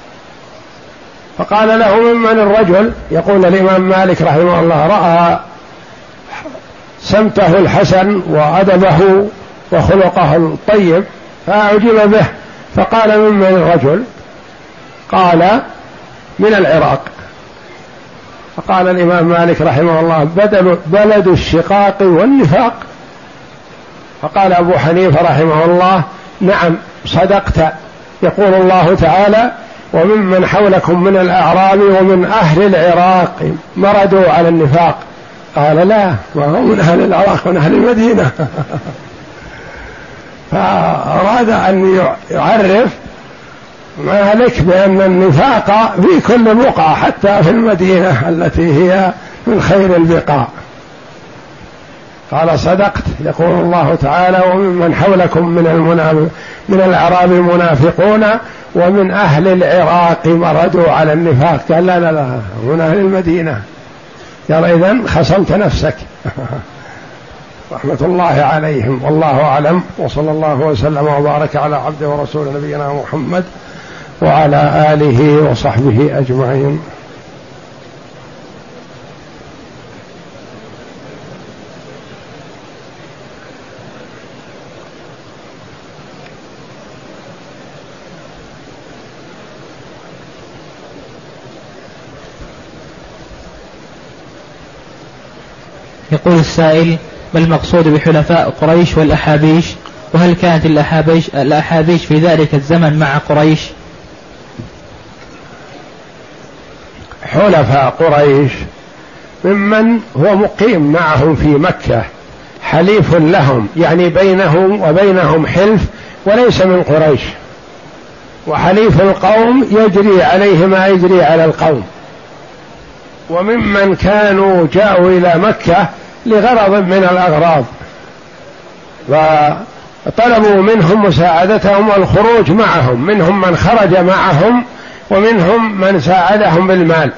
فقال له: ممن الرجل؟ يقول الإمام مالك رحمه الله: رأى سمته الحسن وأدبه وخلقه الطيب فأعجب به، فقال: ممن الرجل؟ قال: من العراق. فقال الإمام مالك رحمه الله: بلد الشقاق والنفاق. فقال أبو حنيفة رحمه الله: نعم صدقت، يقول الله تعالى: وممن حولكم من الأعراب ومن أهل العراق مردوا على النفاق. قال: لا، ما هو من أهل العراق من أهل المدينة. فأراد أن يعرف مالك بأن النفاق في كل بقعة حتى في المدينة التي هي من خير البقاع. قال: صدقت، يقول الله تعالى: وممن حولكم من الأعراب منافقون ومن أهل العراق مردوا على النفاق. قال: لا لا لا، من أهل المدينة. قال: إذن خصمت نفسك. رحمة الله عليهم، والله أعلم، وصلى الله وسلم وبارك على عبده ورسول نبينا محمد وعلى آله وصحبه أجمعين. يقول السائل: ما المقصود بحلفاء قريش والأحابيش؟ وهل كانت الأحابيش في ذلك الزمن مع قريش؟ حلفاء قريش ممن هو مقيم معهم في مكة، حليف لهم، يعني بينهم وبينهم حلف وليس من قريش، وحليف القوم يجري عليه ما يجري على القوم. وممن كانوا جاءوا إلى مكة لغرض من الأغراض وطلبوا منهم مساعدتهم والخروج معهم، منهم من خرج معهم ومنهم من ساعدهم بالمال.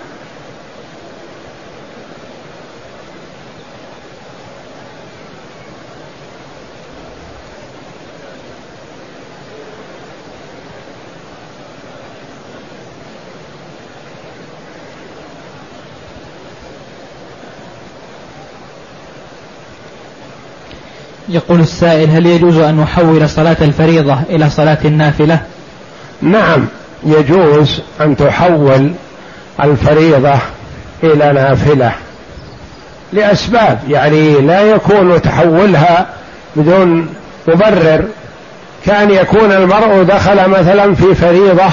يقول السائل: هل يجوز أن نحول صلاة الفريضة إلى صلاة النافلة؟ نعم، يجوز أن تحول الفريضة إلى نافلة لأسباب، يعني لا يكون تحولها بدون مبرر، كان يكون المرء دخل مثلا في فريضة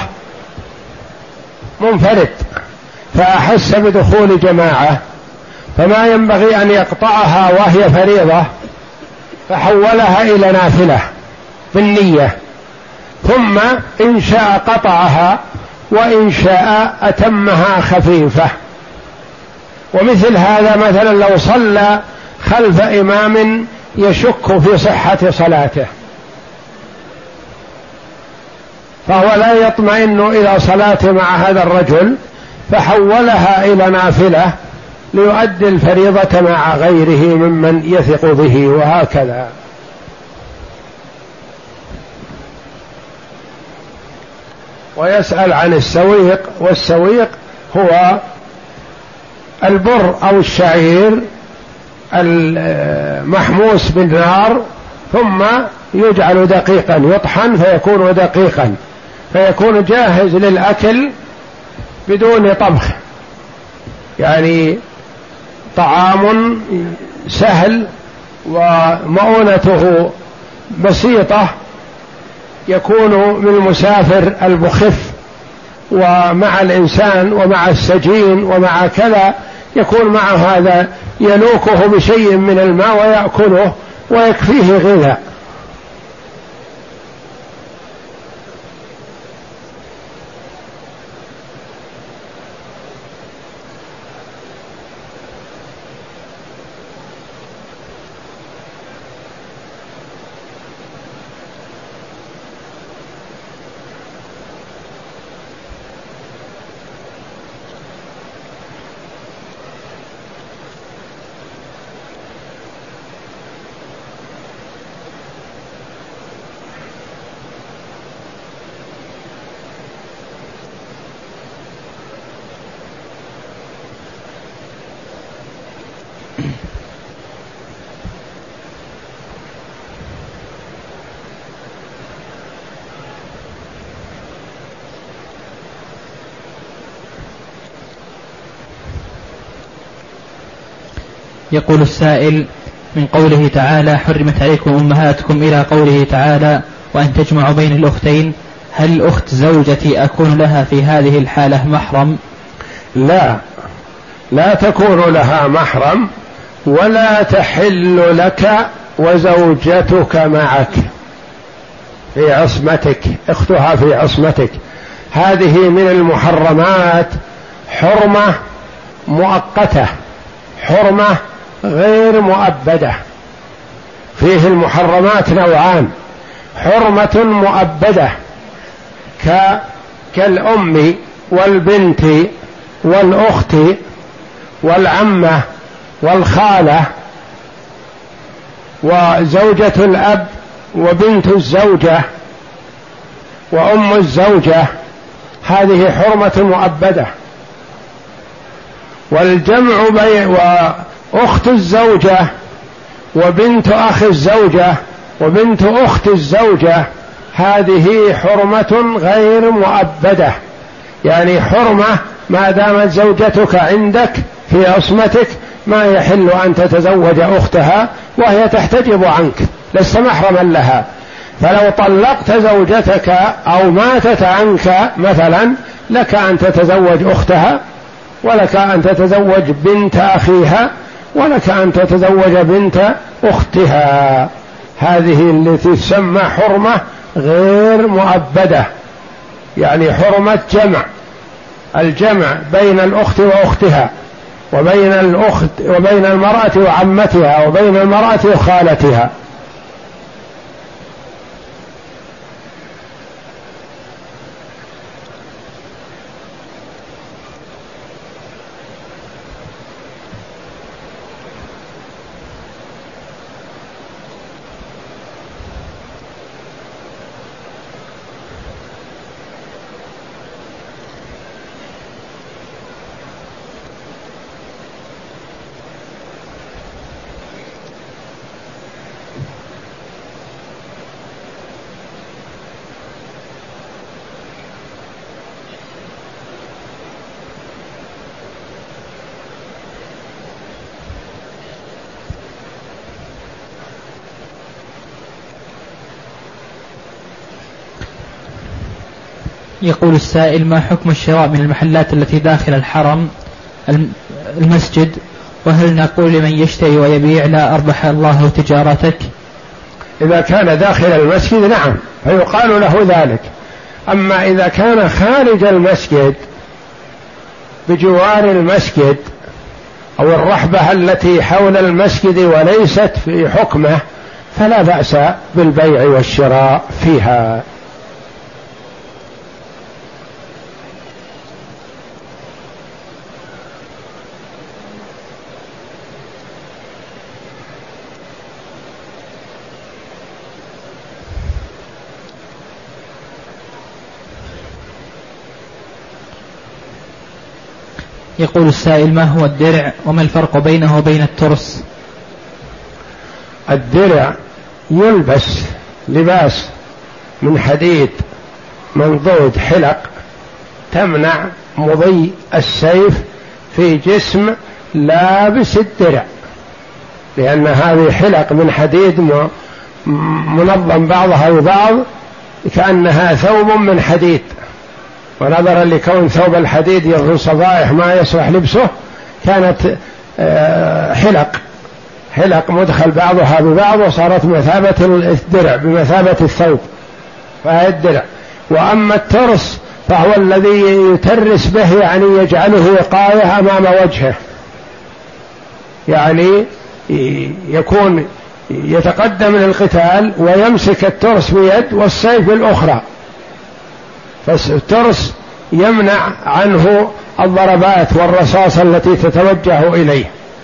منفرد فأحس بدخول جماعة، فما ينبغي أن يقطعها وهي فريضة فحولها إلى نافلة بالنية، ثم إن شاء قطعها وإن شاء أتمها خفيفة. ومثل هذا مثلا لو صلى خلف إمام يشك في صحة صلاته فهو لا يطمئن إلى صلاته مع هذا الرجل فحولها إلى نافلة ليؤدي الفريضة مع غيره ممن يثق به، وهكذا. ويسأل عن السويق، والسويق هو البر أو الشعير المحموس بالنار ثم يجعل دقيقا، يطحن فيكون دقيقا، فيكون جاهز للأكل بدون طبخ، يعني طعام سهل ومؤونته بسيطة، يكون من المسافر المخف ومع الإنسان ومع السجين ومع كذا، يكون مع هذا ينوكه بشيء من الماء ويأكله ويكفيه غذاء. يقول السائل: من قوله تعالى حرمت عليكم أمهاتكم إلى قوله تعالى وأن تجمعوا بين الأختين، هل الأخت زوجتي أكون لها في هذه الحالة محرم؟ لا تكون لها محرم، ولا تحل لك وزوجتك معك في عصمتك، اختها في عصمتك، هذه من المحرمات، حرمة مؤقتة، حرمة غير مؤبدة. فيه المحرمات نوعان: حرمة مؤبدة كالأم والبنت والأخت والعمة والخالة وزوجة الأب وبنت الزوجة وأم الزوجة، هذه حرمة مؤبدة. والجمع بين وأخت الزوجة وبنت أخي الزوجة وبنت أخت الزوجة، هذه حرمة غير مؤبدة، يعني حرمة ما دامت زوجتك عندك في عصمتك ما يحل أن تتزوج أختها وهي تحتجب عنك، لست محرما لها. فلو طلقت زوجتك أو ماتت عنك مثلا، لك أن تتزوج أختها، ولك أن تتزوج بنت أخيها، ولك أن تتزوج بنت أختها. هذه التي تسمى حرمة غير مؤبدة، يعني حرمة جمع، الجمع بين الأخت وأختها، وبين الأخت وبين المرأة وعمتها، وبين المرأة وخالتها. يقول السائل: ما حكم الشراء من المحلات التي داخل الحرم المسجد؟ وهل نقول لمن يشتري ويبيع: لا أربح الله تجارتك؟ إذا كان داخل المسجد نعم فيقال له ذلك. أما إذا كان خارج المسجد بجوار المسجد أو الرحبة التي حول المسجد وليست في حكمه فلا بأس بالبيع والشراء فيها. يقول السائل: ما هو الدرع وما الفرق بينه وبين الترس؟ الدرع يلبس لباس من حديد منضود حلق تمنع مضي السيف في جسم لابس الدرع، لأن هذه حلق من حديد منظم بعضها ببعض كأنها ثوب من حديد، ونظرا لكون ثوب الحديد يظهر صفائح ما يصلح لبسه كانت حلق مدخل بعضها ببعض وصارت مثابة الدرع بمثابة الثوب، فهي الدرع. وأما الترس فهو الذي يترس به، يعني يجعله وقاية أمام وجهه، يعني يكون يتقدم للقتال ويمسك الترس بيد والسيف بالأخرى، فالترس يمنع عنه الضربات والرصاص التي تتوجه إليه،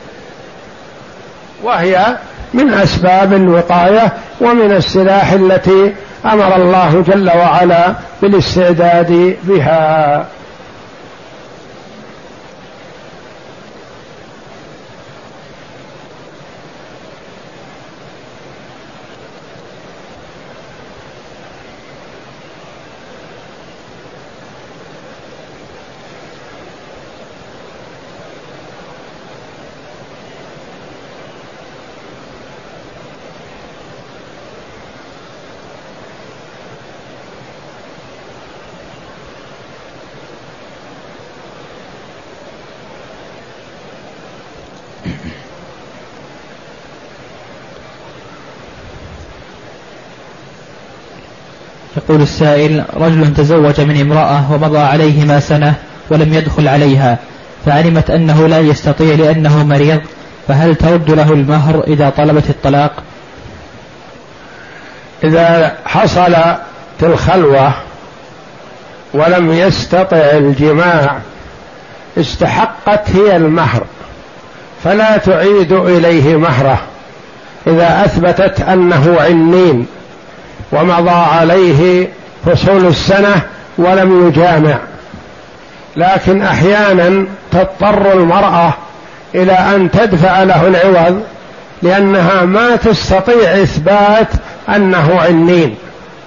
وهي من أسباب الوقاية ومن السلاح التي أمر الله جل وعلا بالاستعداد بها. يقول السائل: رجل تزوج من امرأة ومضى عليهما سنة ولم يدخل عليها، فعلمت أنه لا يستطيع لأنه مريض، فهل ترد له المهر إذا طلبت الطلاق؟ إذا حصلت الخلوة ولم يستطع الجماع استحقت هي المهر، فلا تعيد إليه مهره إذا أثبتت أنه عنين ومضى عليه فصول السنة ولم يجامع. لكن أحيانا تضطر المرأة إلى أن تدفع له العوض لأنها ما تستطيع إثبات أنه عنين،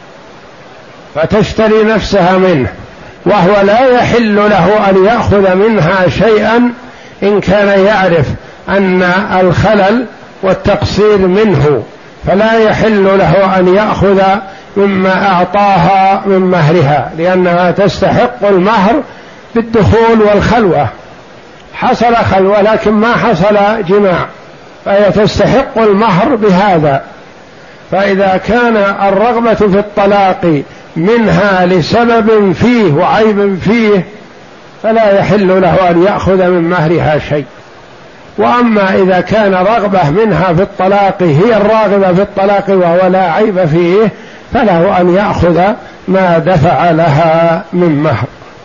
فتشتري نفسها منه، وهو لا يحل له أن يأخذ منها شيئا إن كان يعرف أن الخلل والتقصير منه، فلا يحل له أن يأخذ مما أعطاها من مهرها، لأنها تستحق المهر بالدخول والخلوة. حصل خلوة لكن ما حصل جماع، فهي تستحق المهر بهذا. فإذا كان الرغبة في الطلاق منها لسبب فيه وعيب فيه فلا يحل له أن يأخذ من مهرها شيء. وأما إذا كان رغبة منها في الطلاق هي الراغبة في الطلاق وهو لا عيب فيه فله أن يأخذ ما دفع لها من مهر.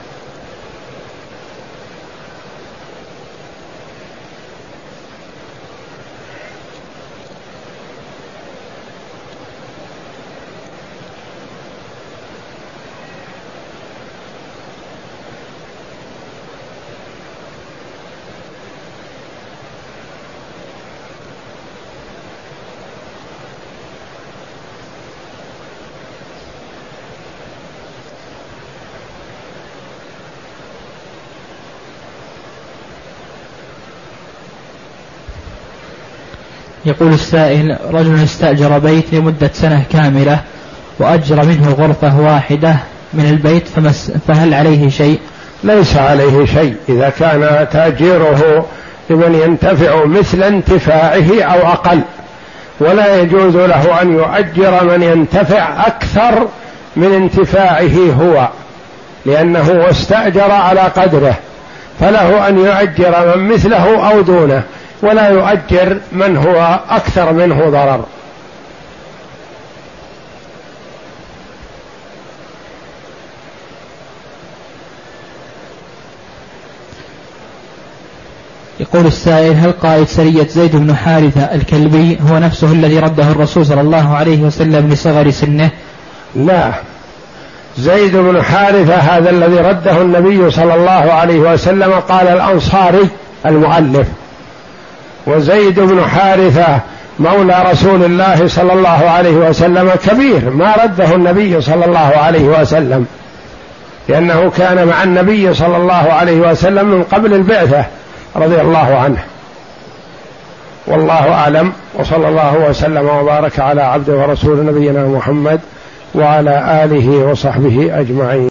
يقول السائل: رجل استأجر بيت لمدة سنة كاملة وأجر منه غرفة واحدة من البيت فهل عليه شيء؟ ليس عليه شيء إذا كان تأجيره لمن ينتفع مثل انتفاعه أو أقل، ولا يجوز له أن يؤجر من ينتفع أكثر من انتفاعه هو، لأنه استأجر على قدره، فله أن يؤجر من مثله أو دونه، ولا يؤجر من هو أكثر منه ضرر. يقول السائل: هل قائد سرية زيد بن حارثة الكلبي هو نفسه الذي رده الرسول صلى الله عليه وسلم لصغر سنه؟ لا، زيد بن حارثة هذا الذي رده النبي صلى الله عليه وسلم قال الأنصاري المؤلف، وزيد بن حارثة مولى رسول الله صلى الله عليه وسلم كبير ما رده النبي صلى الله عليه وسلم، لأنه كان مع النبي صلى الله عليه وسلم من قبل البعثة رضي الله عنه. والله أعلم، وصلى الله وسلم وبارك على عبده ورسول نبينا محمد وعلى آله وصحبه أجمعين.